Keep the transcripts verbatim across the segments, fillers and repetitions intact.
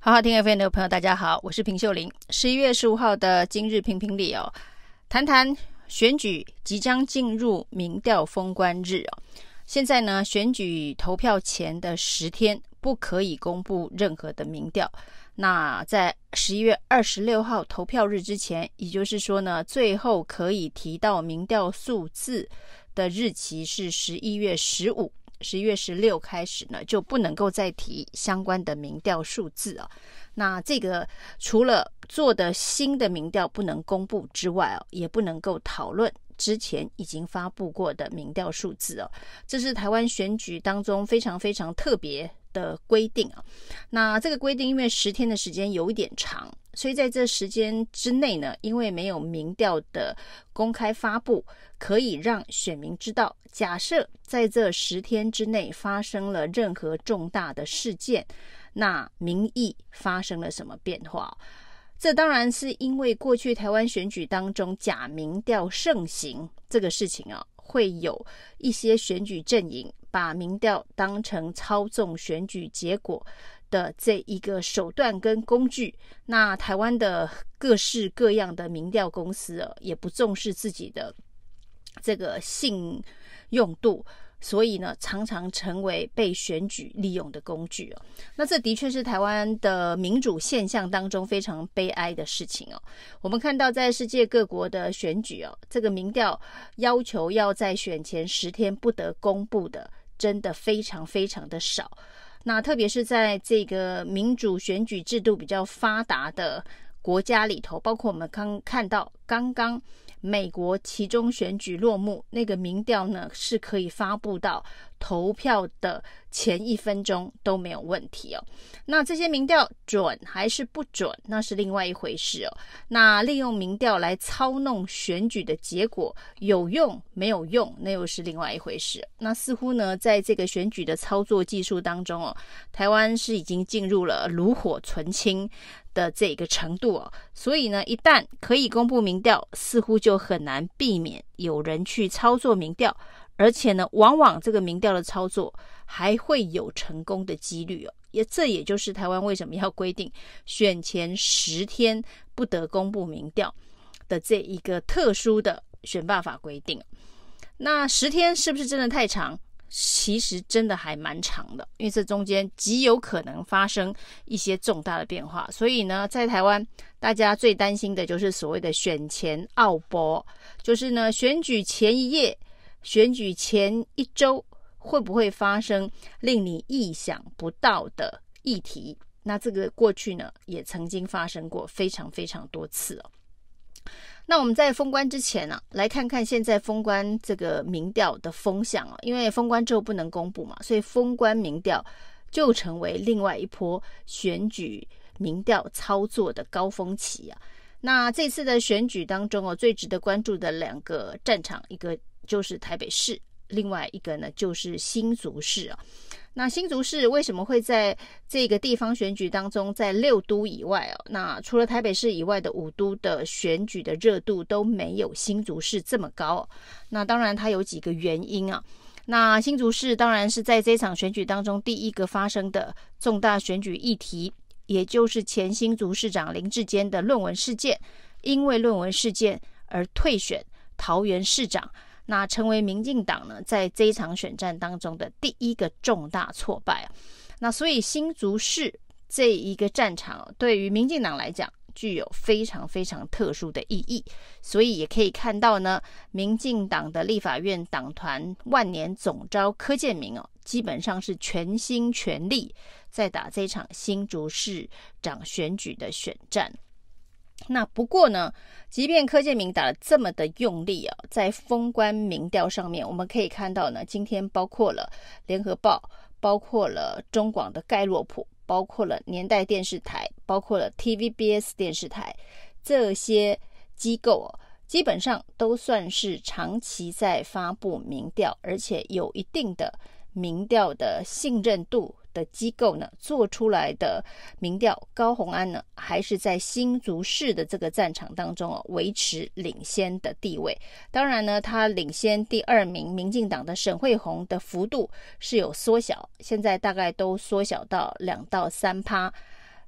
好好听 F M 的朋友大家好，我是平秀玲。十一月十五号的今日评评理哦，谈谈选举即将进入民调封关日哦。现在呢，选举投票前的十天不可以公布任何的民调。那在十一月二十六号投票日之前，也就是说呢，最后可以提到民调数字的日期是十一月十五。十一月十六开始呢，就不能够再提相关的民调数字啊。那这个除了做的新的民调不能公布之外哦，也不能够讨论之前已经发布过的民调数字哦。这是台湾选举当中非常非常特别的规定啊。那这个规定因为十天的时间有一点长，所以在这时间之内呢，因为没有民调的公开发布，可以让选民知道，假设在这十天之内发生了任何重大的事件，那民意发生了什么变化。这当然是因为过去台湾选举当中假民调盛行这个事情啊，会有一些选举阵营把民调当成操纵选举结果的这一个手段跟工具。那台湾的各式各样的民调公司啊，也不重视自己的这个信用度，所以呢，常常成为被选举利用的工具哦。那这的确是台湾的民主现象当中非常悲哀的事情哦。我们看到在世界各国的选举哦，这个民调要求要在选前十天不得公布的，真的非常非常的少。那特别是在这个民主选举制度比较发达的国家里头，包括我们刚看到刚刚美国期中选举落幕，那个民调呢是可以发布到投票的前一分钟都没有问题哦。那这些民调准还是不准，那是另外一回事哦。那利用民调来操弄选举的结果有用没有用，那又是另外一回事。那似乎呢，在这个选举的操作技术当中哦，台湾是已经进入了炉火纯青的这个程度哦，所以呢，一旦可以公布民调，似乎就很难避免有人去操作民调，而且呢，往往这个民调的操作还会有成功的几率哦。也这也就是台湾为什么要规定选前十天不得公布民调的这一个特殊的选罢法规定。那十天是不是真的太长？其实真的还蛮长的，因为这中间极有可能发生一些重大的变化。所以呢，在台湾大家最担心的就是所谓的选前奥播，就是呢选举前一夜、选举前一周会不会发生令你意想不到的议题。那这个过去呢也曾经发生过非常非常多次哦。那我们在封关之前呢、啊，来看看现在封关这个民调的风向啊，因为封关之后不能公布嘛，所以封关民调就成为另外一波选举民调操作的高峰期啊。那这次的选举当中哦，最值得关注的两个战场，一个就是台北市，另外一个呢就是新竹市啊。那新竹市为什么会在这个地方选举当中，在六都以外哦，那除了台北市以外的五都的选举的热度都没有新竹市这么高哦？那当然它有几个原因啊。那新竹市当然是在这场选举当中第一个发生的重大选举议题，也就是前新竹市长林智坚的论文事件，因为论文事件而退选桃园市长，那成为民进党呢在这一场选战当中的第一个重大挫败啊。那所以新竹市这一个战场对于民进党来讲具有非常非常特殊的意义，所以也可以看到呢，民进党的立法院党团万年总召柯建铭哦，基本上是全心全力在打这场新竹市长选举的选战。那不过呢，即便柯建铭打了这么的用力啊，在封关民调上面，我们可以看到呢，今天包括了联合报，包括了中广的盖洛普，包括了年代电视台，包括了 T V B S 电视台，这些机构哦，基本上都算是长期在发布民调，而且有一定的民调的信任度的机构呢做出来的民调，高虹安呢还是在新竹市的这个战场当中哦维持领先的地位。当然呢，他领先第二名民进党的沈慧虹的幅度是有缩小，现在大概都缩小到两到三趴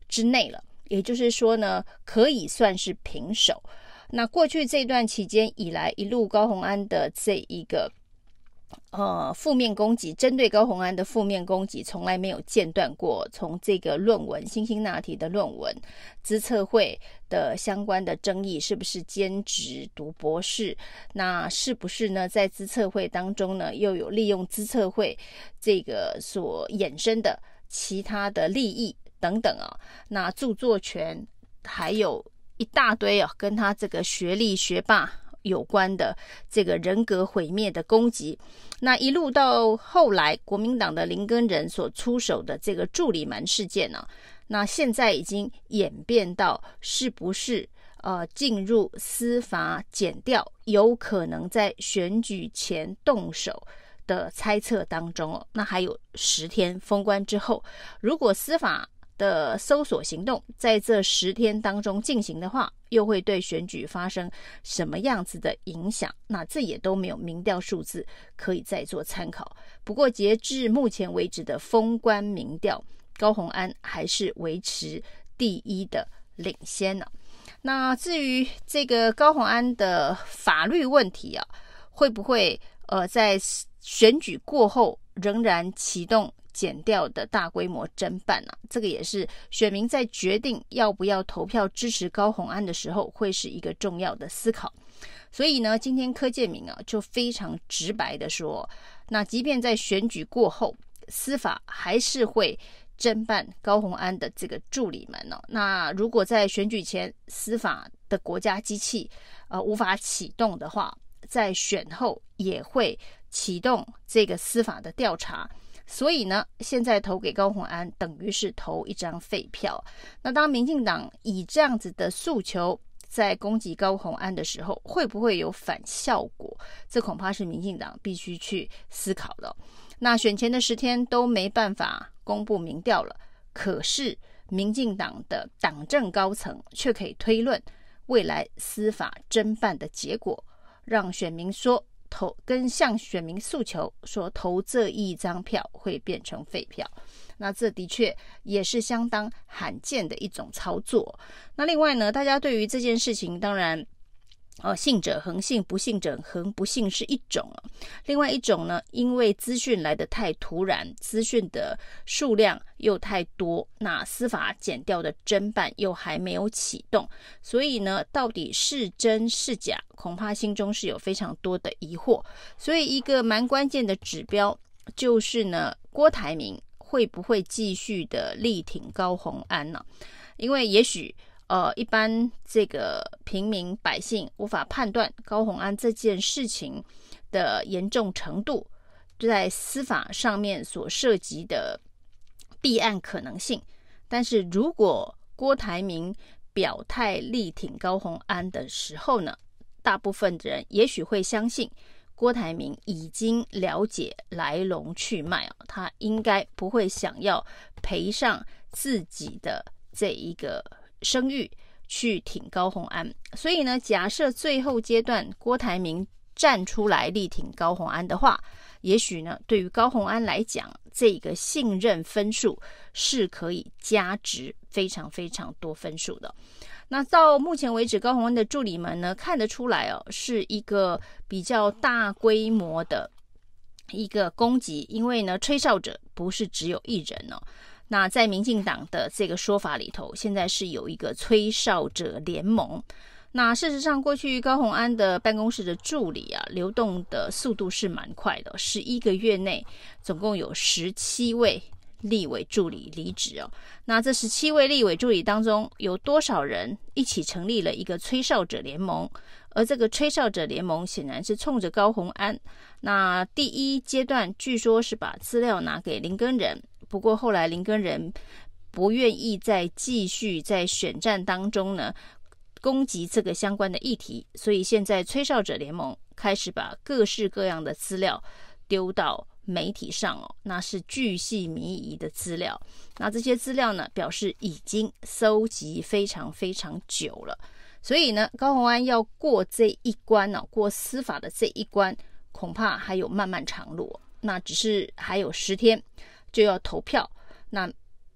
之内了，也就是说呢，可以算是平手。那过去这段期间以来，一路高虹安的这一个呃，负面攻击，针对高虹安的负面攻击从来没有间断过。从这个论文，辛辛那提的论文，资策会的相关的争议，是不是兼职读博士？那是不是呢，在资策会当中呢，又有利用资策会这个所衍生的其他的利益等等啊？那著作权还有一大堆啊，跟他这个学历学霸有关的这个人格毁灭的攻击，那一路到后来国民党的林耕仁所出手的这个助理门事件呢、啊，那现在已经演变到是不是呃进入司法检调，有可能在选举前动手的猜测当中哦。那还有十天封关之后，如果司法的搜索行动在这十天当中进行的话，又会对选举发生什么样子的影响？那这也都没有民调数字可以再做参考。不过截至目前为止的封关民调，高虹安还是维持第一的领先呢、啊。那至于这个高虹安的法律问题啊，会不会呃在选举过后仍然启动检调的大规模侦办啊？这个也是选民在决定要不要投票支持高虹安的时候，会是一个重要的思考。所以呢，今天柯建铭啊就非常直白的说，那即便在选举过后，司法还是会侦办高虹安的这个助理们哦。那如果在选举前司法的国家机器呃无法启动的话，在选后也会启动这个司法的调查。所以呢，现在投给高虹安等于是投一张废票。那当民进党以这样子的诉求在攻击高虹安的时候，会不会有反效果？这恐怕是民进党必须去思考的。那选前的十天都没办法公布民调了，可是民进党的党政高层却可以推论未来司法侦办的结果，让选民说投跟向选民诉求说投这一张票会变成废票。那这的确也是相当罕见的一种操作。那另外呢，大家对于这件事情当然呃，信者恒信，不信者恒不信是一种、啊、另外一种呢，因为资讯来得太突然，资讯的数量又太多，那司法检调的侦办又还没有启动，所以呢，到底是真是假，恐怕心中是有非常多的疑惑。所以一个蛮关键的指标就是呢，郭台铭会不会继续的力挺高虹安呢、啊？因为也许呃，一般这个平民百姓无法判断高虹安这件事情的严重程度，在司法上面所涉及的弊案可能性。但是如果郭台铭表态力挺高虹安的时候呢，大部分的人也许会相信郭台铭已经了解来龙去脉、哦、他应该不会想要赔上自己的这一个声誉去挺高虹安。所以呢，假设最后阶段郭台铭站出来力挺高虹安的话，也许呢，对于高虹安来讲，这个信任分数是可以加值非常非常多分数的。那到目前为止，高虹安的助理们呢，看得出来哦，是一个比较大规模的一个攻击，因为呢，吹哨者不是只有一人哦。那在民进党的这个说法里头，现在是有一个吹哨者联盟。那事实上，过去高虹安的办公室的助理啊，流动的速度是蛮快的，十一个月内总共有十七位立委助理离职哦。那这十七位立委助理当中，有多少人一起成立了一个吹哨者联盟？而这个吹哨者联盟显然是冲着高虹安。那第一阶段据说是把资料拿给林耕仁，不过后来林耕仁不愿意再继续在选战当中呢攻击这个相关的议题，所以现在吹哨者联盟开始把各式各样的资料丢到媒体上哦，那是巨细靡遗的资料。那这些资料呢，表示已经搜集非常非常久了。所以呢，高虹安要过这一关哦，过司法的这一关，恐怕还有漫漫长路、哦。那只是还有十天就要投票。那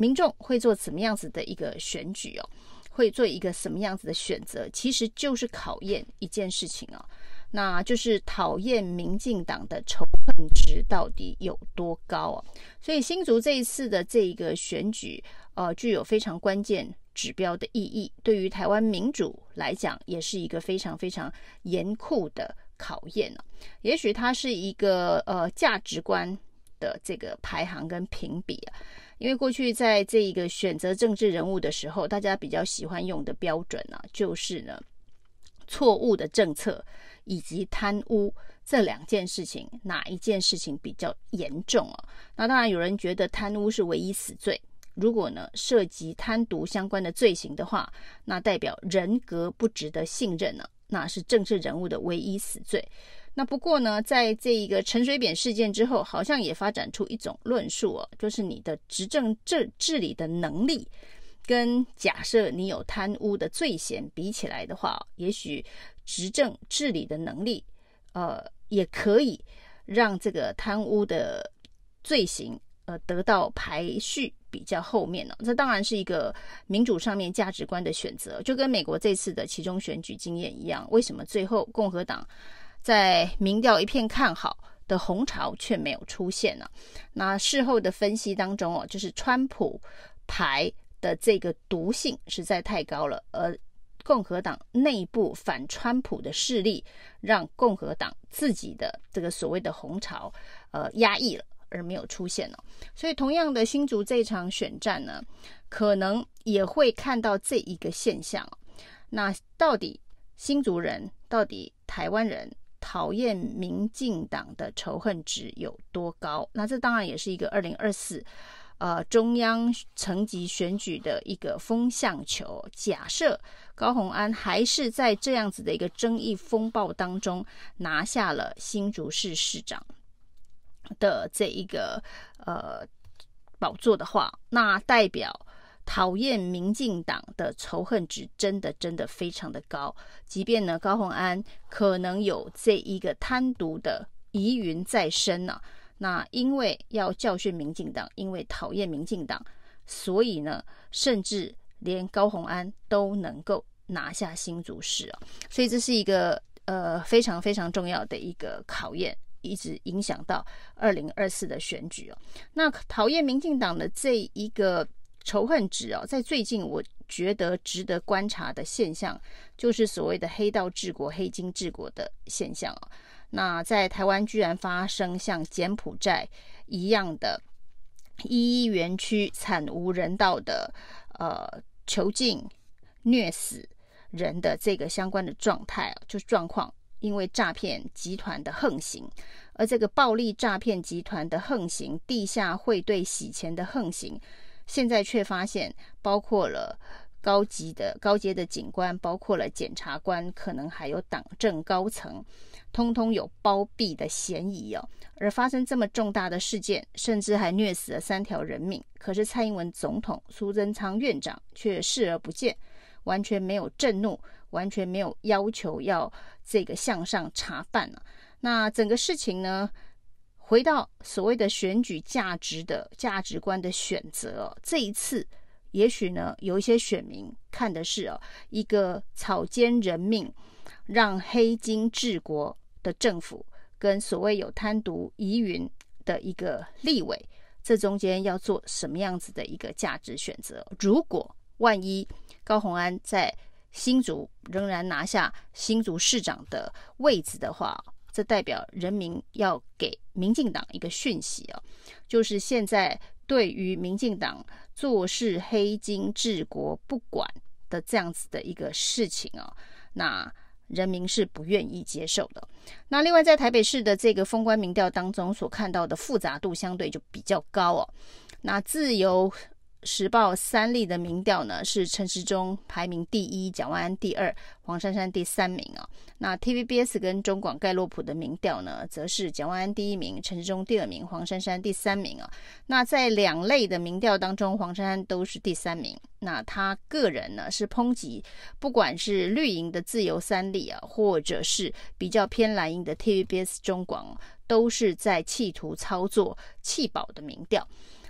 民众会做怎么样子的一个选举哦，会做一个什么样子的选择，其实就是考验一件事情哦，那就是讨厌民进党的仇恨值到底有多高哦。所以新竹这一次的这一个选举，呃，具有非常关键指标的意义，对于台湾民主来讲，也是一个非常非常严酷的考验哦。也许它是一个呃价值观的这个排行跟评比啊，因为过去在这一个选择政治人物的时候，大家比较喜欢用的标准啊，就是呢错误的政策以及贪污这两件事情，哪一件事情比较严重啊？那当然有人觉得贪污是唯一死罪，如果呢涉及贪渎相关的罪行的话，那代表人格不值得信任呢、啊，那是政治人物的唯一死罪。那不过呢，在这一个陈水扁事件之后，好像也发展出一种论述哦，就是你的执政治治理的能力，跟假设你有贪污的罪嫌比起来的话，也许执政治理的能力，呃，也可以让这个贪污的罪行，呃，得到排序比较后面呢、哦。这当然是一个民主上面价值观的选择，就跟美国这次的期中选举经验一样，为什么最后共和党在民调一片看好的红潮却没有出现呢、啊？那事后的分析当中哦，就是川普牌的这个毒性实在太高了，而共和党内部反川普的势力让共和党自己的这个所谓的红潮呃压抑了，而没有出现了。所以同样的新竹这场选战呢，可能也会看到这一个现象。那到底新竹人，到底台湾人讨厌民进党的仇恨值有多高？那这当然也是一个二零二四呃中央层级选举的一个风向球。假设高虹安还是在这样子的一个争议风暴当中拿下了新竹市市长的这一个呃宝座的话，那代表讨厌民进党的仇恨值真的真的非常的高，即便呢高虹安可能有这一个贪渎的疑云在身啊，那因为要教训民进党，因为讨厌民进党，所以呢甚至连高虹安都能够拿下新竹市啊，所以这是一个呃非常非常重要的一个考验，一直影响到二零二四的选举哦。那讨厌民进党的这一个仇恨值哦，在最近我觉得值得观察的现象，就是所谓的黑道治国、黑金治国的现象哦。那在台湾居然发生像柬埔寨一样的一一园区惨无人道的呃囚禁、虐死人的这个相关的状态哦，就是状况。因为诈骗集团的横行，而这个暴力诈骗集团的横行、地下汇兑洗钱的横行，现在却发现包括了高级的高阶的警官，包括了检察官，可能还有党政高层，通通有包庇的嫌疑哦。而发生这么重大的事件，甚至还虐死了三条人命，可是蔡英文总统、苏贞昌院长却视而不见，完全没有震怒，完全没有要求要这个向上查办啊。那整个事情呢，回到所谓的选举价值的价值观的选择哦，这一次也许呢有一些选民看的是哦一个草菅人命、让黑金治国的政府，跟所谓有贪渎疑云的一个立委，这中间要做什么样子的一个价值选择？如果万一高虹安在新竹仍然拿下新竹市长的位置的话，这代表人民要给民进党一个讯息哦，就是现在对于民进党做事黑金治国不管的这样子的一个事情哦，那人民是不愿意接受的。那另外在台北市的这个封关民调当中所看到的复杂度相对就比较高哦。那自由时报三立的民调呢，是陈时中排名第一，蒋万安第二，黄珊珊第三名啊。那 T V B S 跟中广盖洛普的民调呢，则是蒋万安第一名，陈时中第二名，黄珊珊第三名啊。那在两类的民调当中，黄珊珊都是第三名。那他个人呢是抨击，不管是绿营的自由三立啊，或者是比较偏蓝营的 T V B S 中广，都是在企图操作弃保的民调。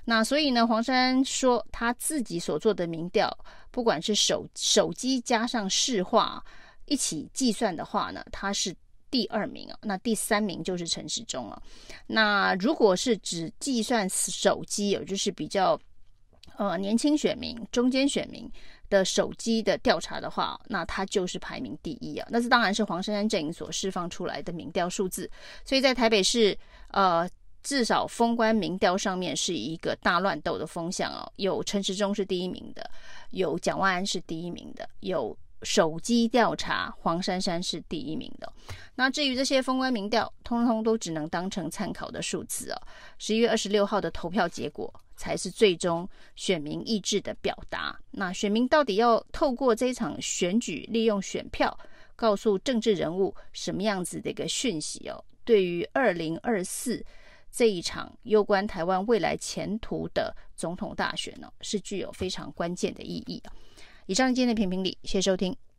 那所以呢，黄珊说他自己所做的民调，不管是手手机加上市话一起计算的话呢，他是第二名啊，那第三名就是陈时中啊。那如果是只计算手机，也就是比较呃年轻选民、中间选民的手机的调查的话，那他就是排名第一啊。那这当然是黄珊珊阵营所释放出来的民调数字，所以在台北市呃。至少封关民调上面是一个大乱斗的风向哦，有陈时中是第一名的，有蒋万安是第一名的，有手机调查黄珊珊是第一名的。那至于这些封关民调，通通都只能当成参考的数字哦。十一月二十六号的投票结果才是最终选民意志的表达。那选民到底要透过这场选举，利用选票告诉政治人物什么样子的一个讯息哦？对于二零二四这一场攸关台湾未来前途的总统大选呢、哦，是具有非常关键的意义啊。以上今天的评评理，谢谢收听。